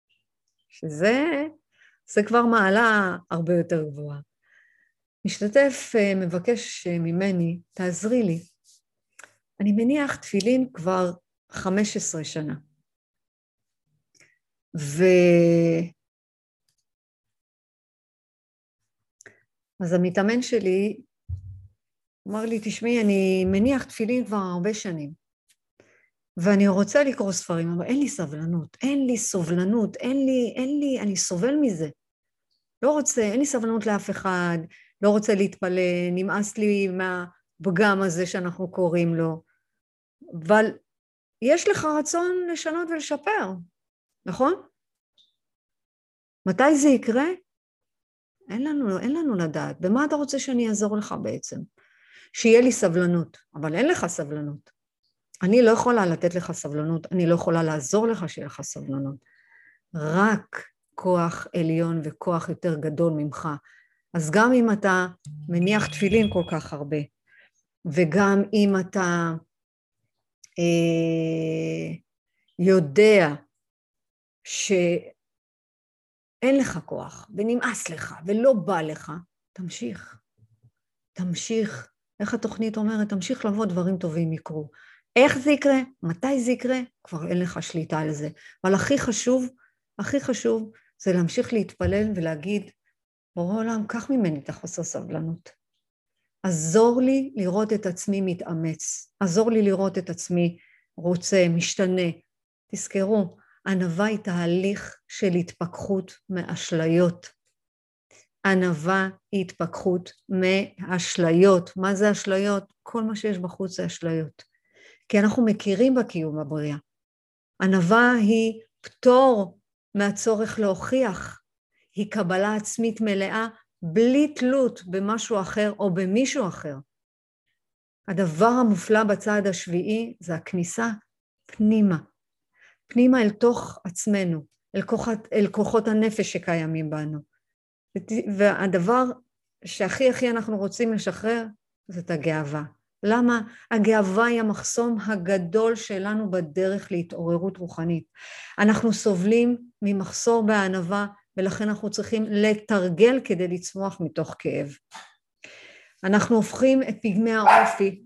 שזה כבר מעלה הרבה יותר גבוהה. משתתף מבקש ממני, תעזרי לי. אני מניח תפילין כבר 15 שנה. אז המתאמן שלי אמר לי, תשמעי, אני מניח תפילין כבר הרבה שנים, ואני רוצה לקרוא ספרים, אבל אין לי סבלנות, אין לי סובלנות, אני סובל מזה. לא רוצה, אין לי סבלנות לאף אחד, לא רוצה להתפלל, נמאס לי מהפגם הזה שאנחנו קוראים לו, אבל יש לך רצון לשנות ולשפר, נכון? מתי זה יקרה? אין לנו לדעת. במה אתה רוצה שאני אעזור לך בעצם? שיהיה לי סבלנות, אבל אין לך סבלנות. אני לא יכולה לתת לך סבלנות, אני לא יכולה לעזור לך שיהיה לך סבלנות. רק כוח עליון וכוח יותר גדול ממך. אז גם אם אתה מניח תפילין כל כך הרבה, וגם אם אתה יודע שאין לך כוח, ונמאס לך, ולא בא לך, תמשיך. איך התוכנית אומרת? תמשיך לבוא, דברים טובים יקרו. איך זה יקרה? מתי זה יקרה? כבר אין לך שליטה על זה. אבל הכי חשוב זה להמשיך להתפלל ולהגיד, בורא עולם, קח ממני את החוסר סבלנות. עזור לי לראות את עצמי מתאמץ. עזור לי לראות את עצמי רוצה, משתנה. תזכרו, ענווה היא תהליך של התפכחות מאשליות. ענווה היא התפכחות מאשליות. מה זה אשליות? כל מה שיש בחוץ זה אשליות. כי אנחנו מכירים בקיום הבריאה. ענווה היא פטור מהצורך להוכיח. היא קבלה עצמית מלאה בלי תלות במשהו אחר או במישהו אחר. הדבר המופלא בצעד השביעי זה הכניסה פנימה. פנימה אל תוך עצמנו, אל כוחות הנפש שקיימים בנו. והדבר שהכי אנחנו רוצים לשחרר זאת הגאווה. למה? הגאווה היא המחסום הגדול שלנו בדרך להתעוררות רוחנית. אנחנו סובלים ממחסור בענווה, ולכן אנחנו צריכים לתרגל כדי לצמוח מתוך כאב. אנחנו הופכים את פגמי האופי.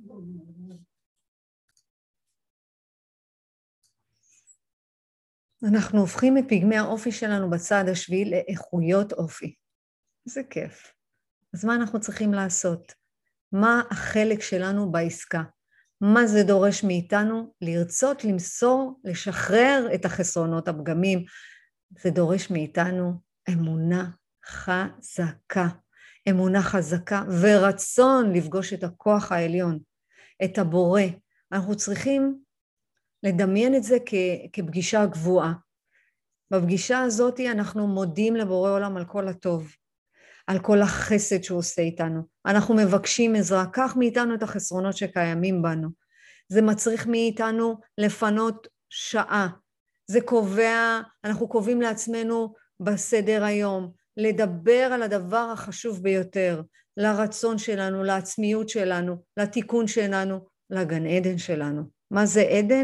אנחנו הופכים את פגמי האופי שלנו בצד השביעי לאיכויות אופי. זה כיף. אז מה אנחנו צריכים לעשות? מה החלק שלנו בעסקה? מה זה דורש מאיתנו? לרצות, למסור, לשחרר את החסרונות הפגמים. זה דורש מאיתנו אמונה חזקה. אמונה חזקה ורצון לפגוש את הכוח העליון, את הבורא. אנחנו צריכים לדמיין את זה כפגישה גבוהה. בפגישה הזאת אנחנו מודים לבורא עולם על כל הטוב, על כל החסד שהוא עושה איתנו. אנחנו מבקשים עזרה, קח מאיתנו את החסרונות שקיימים בנו. זה מצריך מאיתנו לפנות שעה. זה קובע, אנחנו קובעים לעצמנו בסדר היום, לדבר על הדבר החשוב ביותר, לרצון שלנו, לעצמיות שלנו, לתיקון שלנו, לגן עדן שלנו. מה זה עדן?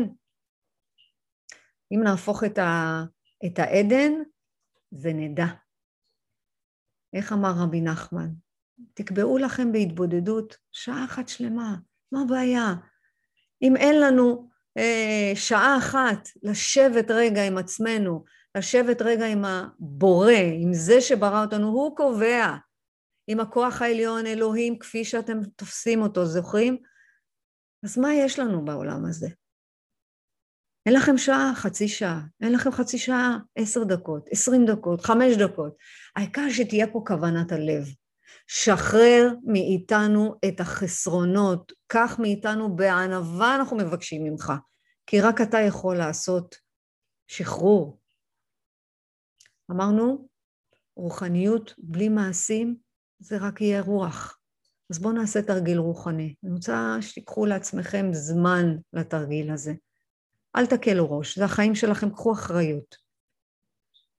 אם נהפוך את העדן, זה נדע. איך אמר רבי נחמן? תקבעו לכם בהתבודדות שעה אחת שלמה, מה הבעיה? אם אין לנו שעה אחת לשבת רגע עם עצמנו, לשבת רגע עם הבורא, עם זה שברא אותנו, הוא קובע, עם הכוח העליון אלוהים כפי שאתם תופסים אותו, זוכרים? אז מה יש לנו בעולם הזה? אין לכם שעה, חצי שעה, אין לכם חצי שעה, 10 דקות, 20 דקות, 5 דקות. העיקר שתהיה פה כוונת הלב. שחרר מאיתנו את החסרונות, כך מאיתנו בענווה אנחנו מבקשים ממך, כי רק אתה יכול לעשות שחרור. אמרנו, רוחניות בלי מעשים זה רק יהיה רוח. אז בואו נעשה תרגיל רוחני. אני רוצה שתיקחו לעצמכם זמן לתרגיל הזה. אל תקלו ראש, זה החיים שלכם, קחו אחריות.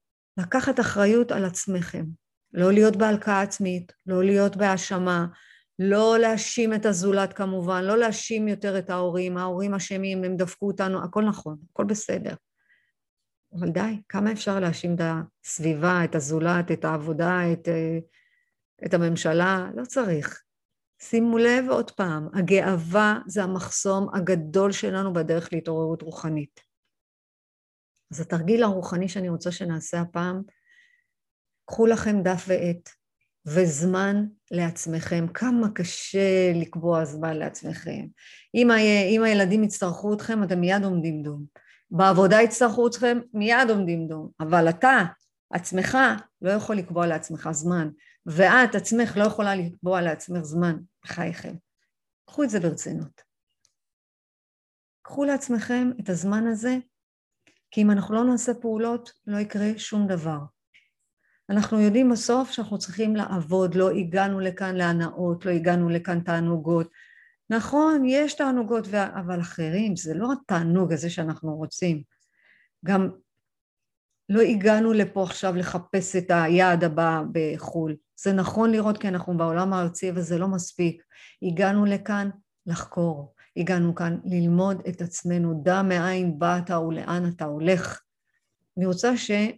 לקחת אחריות על עצמכם, לא להיות בהלקאה עצמית, לא להיות בהאשמה, לא להאשים את הזולת כמובן, לא להאשים יותר את ההורים אשמים, הם דפקו אותנו, הכל נכון, הכל בסדר. אבל די, כמה אפשר להאשים את הסביבה, את הזולת, את העבודה, את הממשלה? לא צריך. שימו לב עוד פעם, הגאווה זה המחסום הגדול שלנו בדרך להתעוררות רוחנית. אז התרגיל הרוחני שאני רוצה שנעשה הפעם, קחו לכם דף ועט וזמן לעצמכם. כמה קשה לקבוע זמן לעצמכם. אם הילדים יצטרכו אתכם, אתם מיד עומדים דום. בעבודה יצטרכו אתכם, מיד עומדים דום. אבל אתה, עצמך, לא יכול לקבוע לעצמך זמן. ואת עצמך לא יכולה לקבוע לעצמך זמן. בחייכם. קחו את זה ברצינות. קחו לעצמכם את הזמן הזה, כי אם אנחנו לא נעשה פעולות, לא יקרה שום דבר. אנחנו יודעים בסוף שאנחנו צריכים לעבוד, לא הגענו לכאן להנאות, לא הגענו לכאן תענוגות. נכון, יש תענוגות, אבל אחרים, זה לא התענוג הזה שאנחנו רוצים. גם לא הגענו לפה עכשיו לחפש את היעד הבא בחול. זה נכון לראות כי אנחנו בעולם הארצי, אבל זה לא מספיק. הגענו לכאן לחקור, הגענו כאן ללמוד את עצמנו, דע מאין באת ולאן אתה הולך. אני רוצה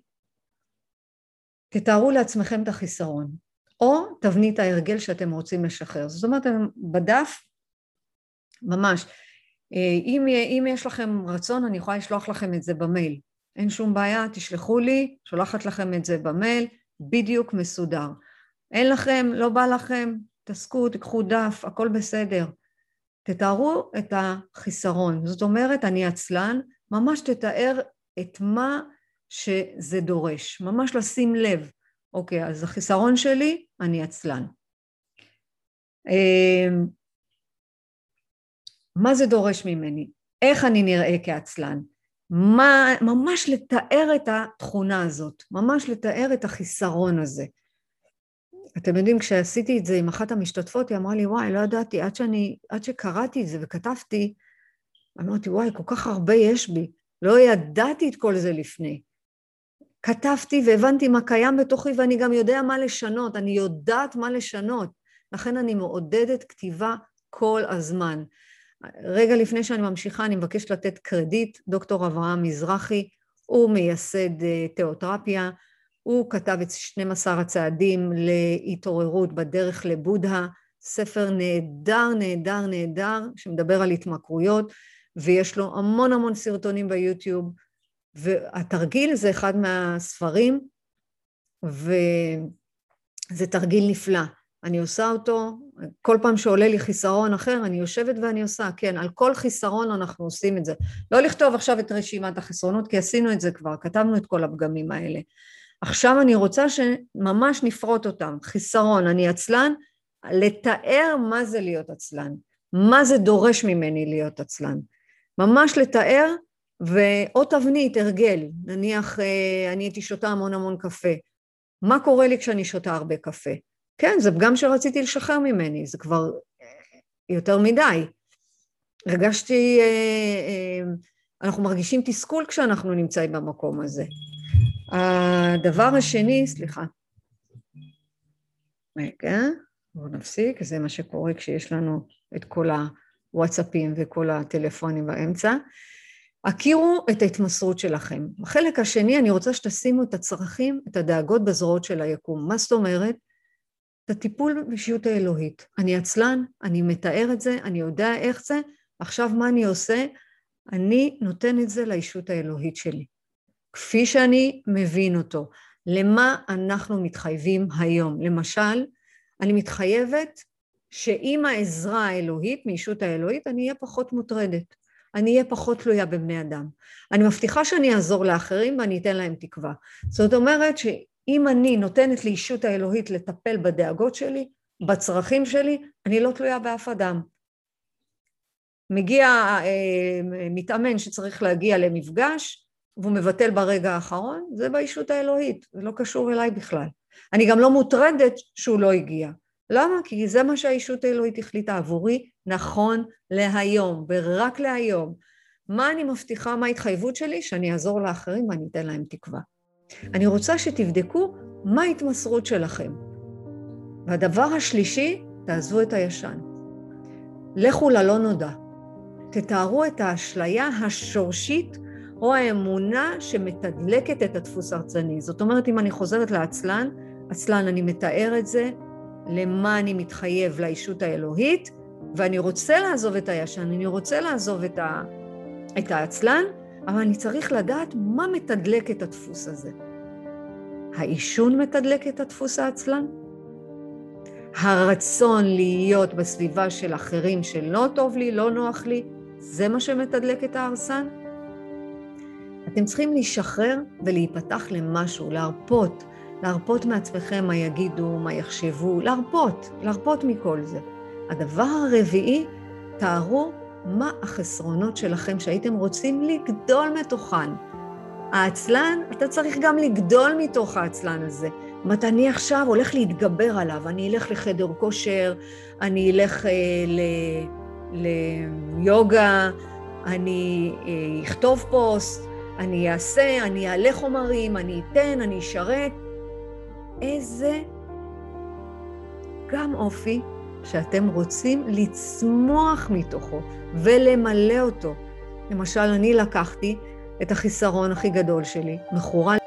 תתארו לעצמכם את החיסרון, או תבנית ההרגל שאתם רוצים לשחרר. זאת אומרת, בדף, ממש, אם יש לכם רצון, אני יכולה לשלוח לכם את זה במייל. אין שום בעיה, תשלחו לי, שולחת לכם את זה במייל, בדיוק מסודר. אין לכם, לא בא לכם, תעסקו, תיקחו דף, הכל בסדר. תתארו את החיסרון. זאת אומרת, אני עצלן, ממש תתאר את מה שזה דורש, ממש לשים לב. אוקיי, אז החיסרון שלי, אני עצלן. מה זה דורש ממני? איך אני נראה כעצלן? ממש לתאר את התכונה הזאת, ממש לתאר את החיסרון הזה. אתם יודעים, כשעשיתי את זה עם אחת המשתתפות, היא אמרה לי, וואי, לא ידעתי, עד שקראתי את זה וכתבתי, אמרתי, וואי, כל כך הרבה יש בי, לא ידעתי את כל זה לפני. כתבתי והבנתי מה קיים בתוכי, ואני גם יודע מה לשנות, אני יודעת מה לשנות, לכן אני מעודדת כתיבה כל הזמן. רגע לפני שאני ממשיכה, אני מבקשת לתת קרדיט, דוקטור אברהם מזרחי, הוא מייסד תיאותרפיה, הוא כתב את 12 הצעדים להתעוררות בדרך לבודה, ספר נהדר, נהדר, נהדר, שמדבר על התמכרויות, ויש לו המון המון סרטונים ביוטיוב, והתרגיל זה אחד מהספרים, וזה תרגיל נפלא. אני עושה אותו, כל פעם שעולה לי חיסרון אחר, אני יושבת ואני עושה, כן, על כל חיסרון אנחנו עושים את זה. לא לכתוב עכשיו את רשימת החסרונות, כי עשינו את זה כבר, כתבנו את כל הפגמים האלה. עכשיו אני רוצה שממש נפרוט אותם. חיסרון, אני עצלן, לתאר מה זה להיות עצלן, מה זה דורש ממני להיות עצלן. ממש לתאר, או תבנית, הרגל, נניח אני הייתי שותה המון המון קפה. מה קורה לי כשאני שותה הרבה קפה? כן, זה פגם שרציתי לשחרר ממני, זה כבר יותר מדי. הרגשתי, אנחנו מרגישים תסכול כשאנחנו נמצאים במקום הזה. הדבר השני, סליחה, רגע, בואו נפסיק, זה מה שקורה כשיש לנו את כל הוואטסאפים וכל הטלפונים באמצע. הכירו את ההתמסרות שלכם. בחלק השני אני רוצה שתשימו את הצרכים, את הדאגות בזרועות של היקום. מה זאת אומרת? את הטיפול באישיות האלוהית. אני עצלן, אני מתאר את זה, אני יודע איך זה, עכשיו מה אני עושה? אני נותן את זה לאישות האלוהית שלי. כפי שאני מבין אותו. למה אנחנו מתחייבים היום? למשל, אני מתחייבת שעם העזרה האלוהית, מאישות האלוהית, אני אהיה פחות מוטרדת. אני אהיה פחות תלויה בבני אדם. אני מבטיחה שאני אעזור לאחרים ואני אתן להם תקווה. זאת אומרת שאם אני נותנת לאישות האלוהית לטפל בדאגות שלי, בצרכים שלי, אני לא תלויה באף אדם. מגיע מתאמן שצריך להגיע למפגש, והוא מבטל ברגע האחרון, זה באישות האלוהית, זה לא קשור אליי בכלל. אני גם לא מוטרדת שהוא לא הגיע. למה? כי זה מה שהאישות האלוהית החליטה עבורי, נכון להיום, ורק להיום. מה אני מבטיחה, מה ההתחייבות שלי? שאני אעזור לאחרים ואני אתן להם תקווה. אני רוצה שתבדקו מה ההתמסרות שלכם. והדבר השלישי, תעזבו את הישן. לכו ללא נודע. תתארו את האשליה השורשית או האמונה שמתדלקת את הדפוס הרצני. זאת אומרת, אם אני חוזרת לעצלן, עצלן אני מתאר את זה, למה אני מתחייב לאישות האלוהית, ואני רוצה לעזוב את הישן, אני רוצה לעזוב את העצלן, אבל אני צריך לדעת מה מתדלק את הדפוס הזה. העישון מתדלק את הדפוס העצלן? הרצון להיות בסביבה של אחרים שלא טוב לי, לא נוח לי, זה מה שמתדלק את ההרסן? אתם צריכים להישחרר ולהיפתח למשהו, להרפות מעצמכם מה יגידו, מה יחשבו, להרפות מכל זה. הדבר הרביעי, תארו מה החסרונות שלכם שהייתם רוצים לגדול מתוכן. העצלן, אתה צריך גם לגדול מתוך העצלן הזה. זאת אומרת, אני עכשיו הולך להתגבר עליו, אני אלך לחדר כושר, אני אלך ליוגה, אני אכתוב פוסט, אני אעשה, אני אעלה חומרים, אני אתן, אני אשרת. איזה גם אופי שאתם רוצים לצמוח מתוכו ולמלא אותו. למשל, אני לקחתי את החיסרון הכי גדול שלי, מכורה